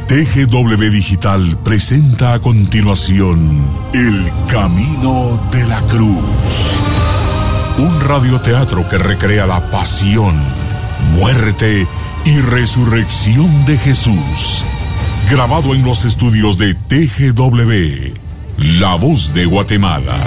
TGW Digital presenta a continuación El Camino de la Cruz, un radioteatro que recrea la pasión, muerte y resurrección de Jesús, grabado en los estudios de TGW, La Voz de Guatemala.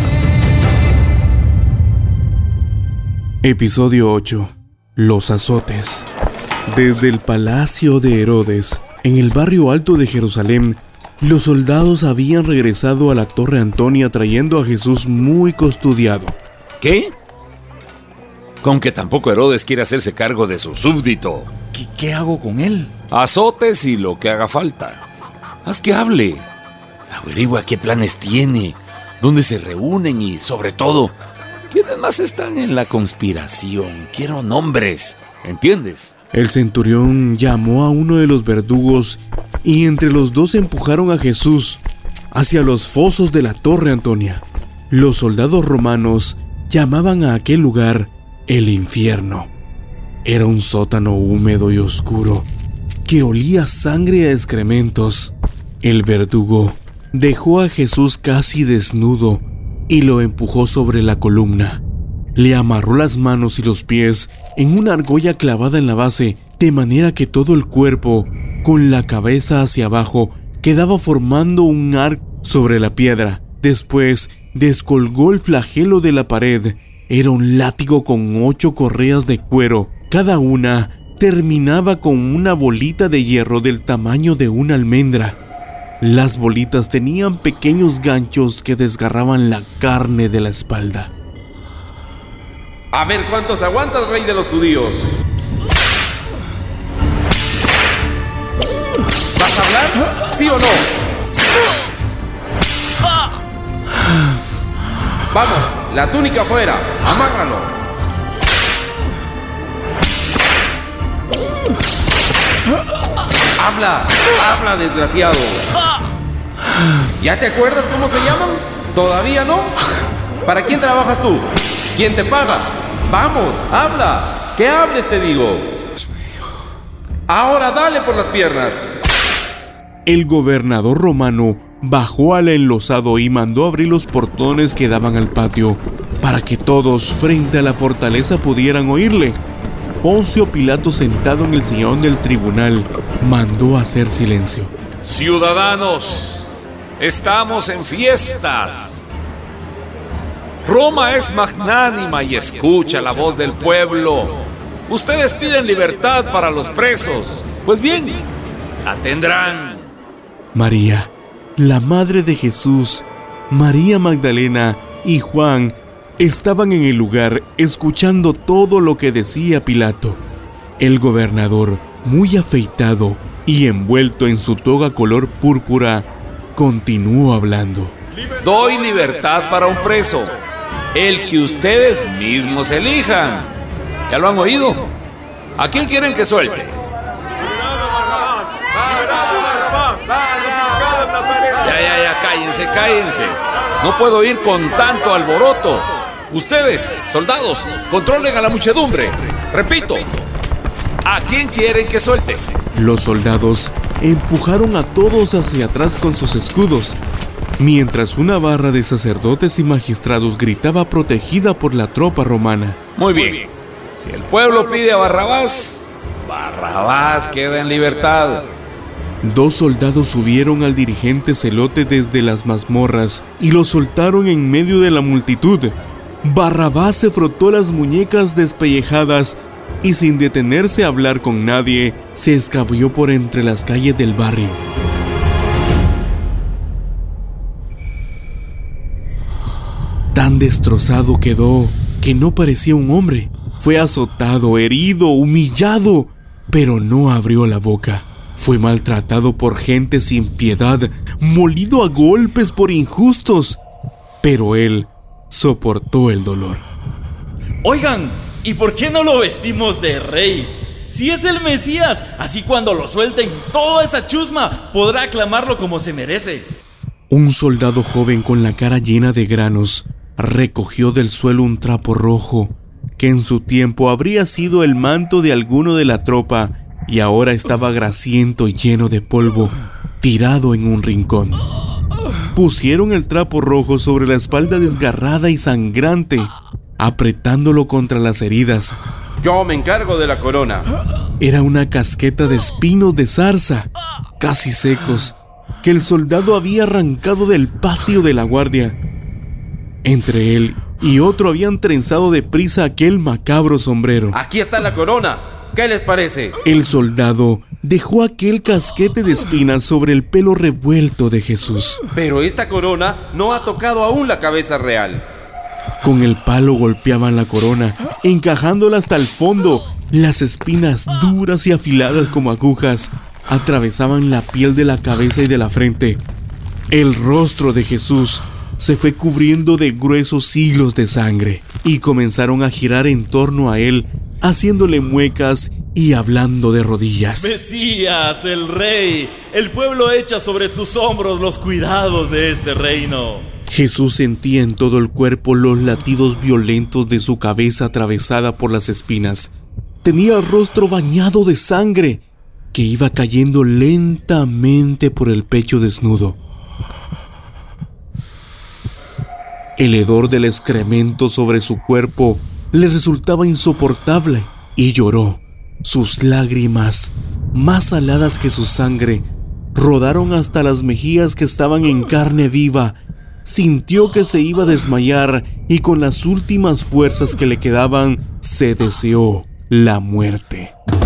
Episodio 8. Los azotes. Desde el palacio de Herodes, en el barrio alto de Jerusalén, los soldados habían regresado a la Torre Antonia trayendo a Jesús muy custodiado. ¿Qué? Con que tampoco Herodes quiere hacerse cargo de su súbdito. ¿Qué hago con él? Azotes y lo que haga falta. Haz que hable. Averigua qué planes tiene, dónde se reúnen y, sobre todo, ¿quiénes más están en la conspiración? Quiero nombres, ¿entiendes? El centurión llamó a uno de los verdugos y entre los dos empujaron a Jesús hacia los fosos de la Torre Antonia. Los soldados romanos llamaban a aquel lugar el infierno. Era un sótano húmedo y oscuro que olía sangre a excrementos. El verdugo dejó a Jesús casi desnudo y lo empujó sobre la columna. Le amarró las manos y los pies en una argolla clavada en la base, de manera que todo el cuerpo, con la cabeza hacia abajo, quedaba formando un arco sobre la piedra. Después descolgó el flagelo de la pared. Era un látigo con 8 correas de cuero. Cada una terminaba con una bolita de hierro del tamaño de una almendra. Las bolitas tenían pequeños ganchos que desgarraban la carne de la espalda. A ver cuántos aguantas, rey de los judíos. ¿Vas a hablar? ¿Sí o no? Vamos, la túnica fuera, amárralo. Habla, desgraciado. ¿Ya te acuerdas cómo se llaman? ¿Todavía no? ¿Para quién trabajas tú? ¿Quién te paga? Vamos, habla. Que hables, te digo. Ahora dale por las piernas. El gobernador romano bajó al enlosado y mandó abrir los portones que daban al patio para que todos frente a la fortaleza pudieran oírle. Poncio Pilato, sentado en el sillón del tribunal, mandó hacer silencio. Ciudadanos, estamos en fiestas. Roma es magnánima y escucha la voz del pueblo. Ustedes piden libertad para los presos. Pues bien, la tendrán. María, la madre de Jesús, María Magdalena y Juan estaban en el lugar escuchando todo lo que decía Pilato. El gobernador, muy afeitado y envuelto en su toga color púrpura, continuó hablando. Doy libertad para un preso, el que ustedes mismos elijan. ¿Ya lo han oído? ¿A quién quieren que suelte? Ya, cállense. No puedo ir con tanto alboroto. Ustedes, soldados, controlen a la muchedumbre. Repito, ¿a quién quieren que suelte? Los soldados empujaron a todos hacia atrás con sus escudos, mientras una barra de sacerdotes y magistrados gritaba protegida por la tropa romana. Muy bien. Si el pueblo pide a Barrabás, Barrabás queda en libertad. 2 soldados subieron al dirigente celote desde las mazmorras y lo soltaron en medio de la multitud. Barrabás se frotó las muñecas despellejadas y sin detenerse a hablar con nadie, se escabulló por entre las calles del barrio. Tan destrozado quedó que no parecía un hombre. Fue azotado, herido, humillado, pero no abrió la boca. Fue maltratado por gente sin piedad, molido a golpes por injustos, pero él soportó el dolor. Oigan, ¿y por qué no lo vestimos de rey? Si es el Mesías, así cuando lo suelten, toda esa chusma podrá aclamarlo como se merece. Un soldado joven con la cara llena de granos recogió del suelo un trapo rojo que en su tiempo habría sido el manto de alguno de la tropa y ahora estaba grasiento y lleno de polvo, tirado en un rincón. Pusieron el trapo rojo sobre la espalda desgarrada y sangrante, apretándolo contra las heridas. Yo me encargo de la corona. Era una casqueta de espinos de zarza, casi secos, que el soldado había arrancado del patio de la guardia. Entre él y otro habían trenzado deprisa aquel macabro sombrero. Aquí está la corona. ¿Qué les parece? El soldado dejó aquel casquete de espinas sobre el pelo revuelto de Jesús. Pero esta corona no ha tocado aún la cabeza real. Con el palo golpeaban la corona, encajándola hasta el fondo. Las espinas, duras y afiladas como agujas, atravesaban la piel de la cabeza y de la frente. El rostro de Jesús se fue cubriendo de gruesos hilos de sangre y comenzaron a girar en torno a él, haciéndole muecas y hablando de rodillas. Mesías, el rey, el pueblo echa sobre tus hombros los cuidados de este reino. Jesús sentía en todo el cuerpo los latidos violentos de su cabeza atravesada por las espinas. Tenía el rostro bañado de sangre que iba cayendo lentamente por el pecho desnudo. El hedor del excremento sobre su cuerpo le resultaba insoportable y lloró. Sus lágrimas, más saladas que su sangre, rodaron hasta las mejillas que estaban en carne viva. Sintió que se iba a desmayar y con las últimas fuerzas que le quedaban, se deseó la muerte.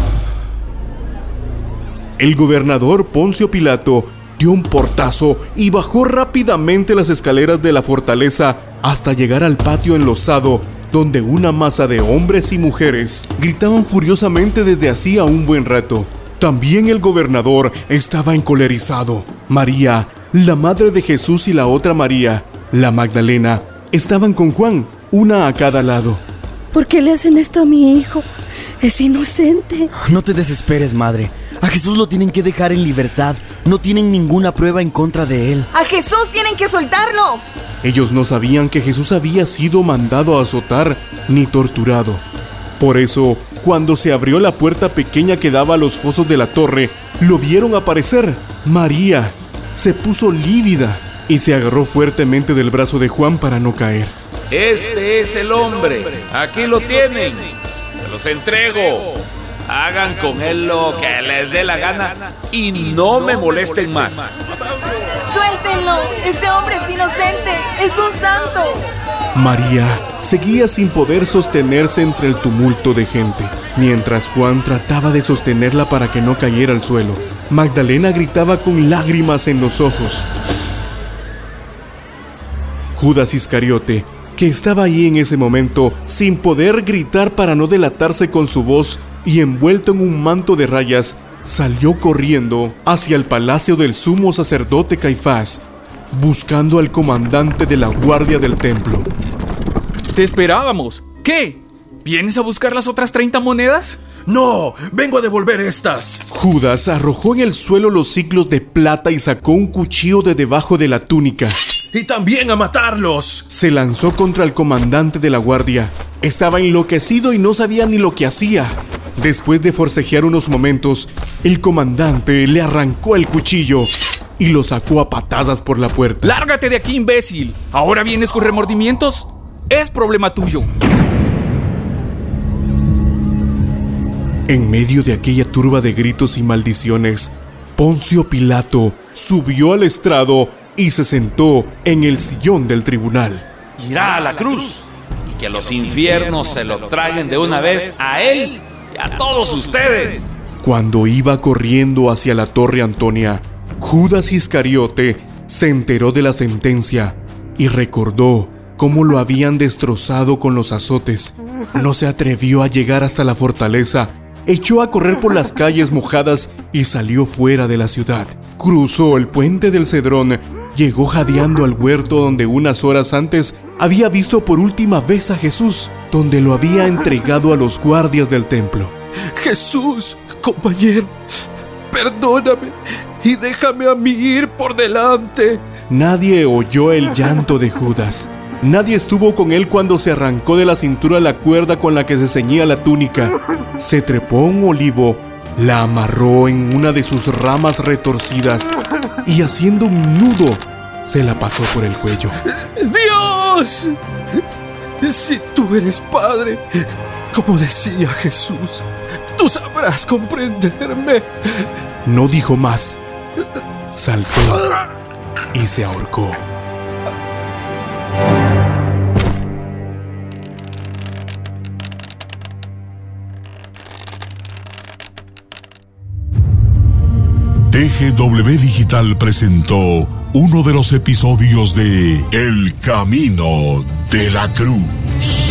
El gobernador Poncio Pilato dio un portazo y bajó rápidamente las escaleras de la fortaleza hasta llegar al patio enlosado, donde una masa de hombres y mujeres gritaban furiosamente desde hacía un buen rato. También el gobernador estaba encolerizado. María, la madre de Jesús, y la otra María, la Magdalena, estaban con Juan, una a cada lado. ¿Por qué le hacen esto a mi hijo? Es inocente. No te desesperes, madre. A Jesús lo tienen que dejar en libertad. No tienen ninguna prueba en contra de él. ¡A Jesús tienen que soltarlo! Ellos no sabían que Jesús había sido mandado a azotar ni torturado. Por eso, cuando se abrió la puerta pequeña que daba a los fosos de la torre, lo vieron aparecer. María se puso lívida y se agarró fuertemente del brazo de Juan para no caer. Este es el hombre. Aquí lo tienen. Se los entrego. Hagan con él lo que les dé la gana y no me molesten más. ¡Suéltenlo! ¡Este hombre es inocente! ¡Es un santo! María seguía sin poder sostenerse entre el tumulto de gente, mientras Juan trataba de sostenerla para que no cayera al suelo. Magdalena gritaba con lágrimas en los ojos. Judas Iscariote, que estaba ahí en ese momento, sin poder gritar para no delatarse con su voz y envuelto en un manto de rayas, salió corriendo hacia el palacio del sumo sacerdote Caifás, buscando al comandante de la guardia del templo. Te esperábamos. ¿Qué? ¿Vienes a buscar las otras 30 monedas? No, vengo a devolver estas. Judas arrojó en el suelo los siclos de plata y sacó un cuchillo de debajo de la túnica. Y también a matarlos. Se lanzó contra el comandante de la guardia. Estaba enloquecido y no sabía ni lo que hacía. Después de forcejear unos momentos, el comandante le arrancó el cuchillo y lo sacó a patadas por la puerta. ¡Lárgate de aquí, imbécil! ¿Ahora vienes con remordimientos? Es problema tuyo. En medio de aquella turba de gritos y maldiciones, Poncio Pilato subió al estrado y se sentó en el sillón del tribunal. Irá a la cruz y que los infiernos se lo traguen de una vez a él y a todos ustedes. Cuando iba corriendo hacia la Torre Antonia, Judas Iscariote se enteró de la sentencia y recordó cómo lo habían destrozado con los azotes. No se atrevió a llegar hasta la fortaleza, echó a correr por las calles mojadas y salió fuera de la ciudad. Cruzó el puente del Cedrón, llegó jadeando al huerto donde unas horas antes había visto por última vez a Jesús, donde lo había entregado a los guardias del templo. Jesús, compañero, perdóname y déjame a mí ir por delante. Nadie oyó el llanto de Judas. Nadie estuvo con él cuando se arrancó de la cintura la cuerda con la que se ceñía la túnica. Se trepó a un olivo La amarró en una de sus ramas retorcidas y haciendo un nudo, se la pasó por el cuello. ¡Dios! Si tú eres padre, como decía Jesús, tú sabrás comprenderme. No dijo más. Saltó y se ahorcó. TGW Digital presentó uno de los episodios de El Camino de la Cruz.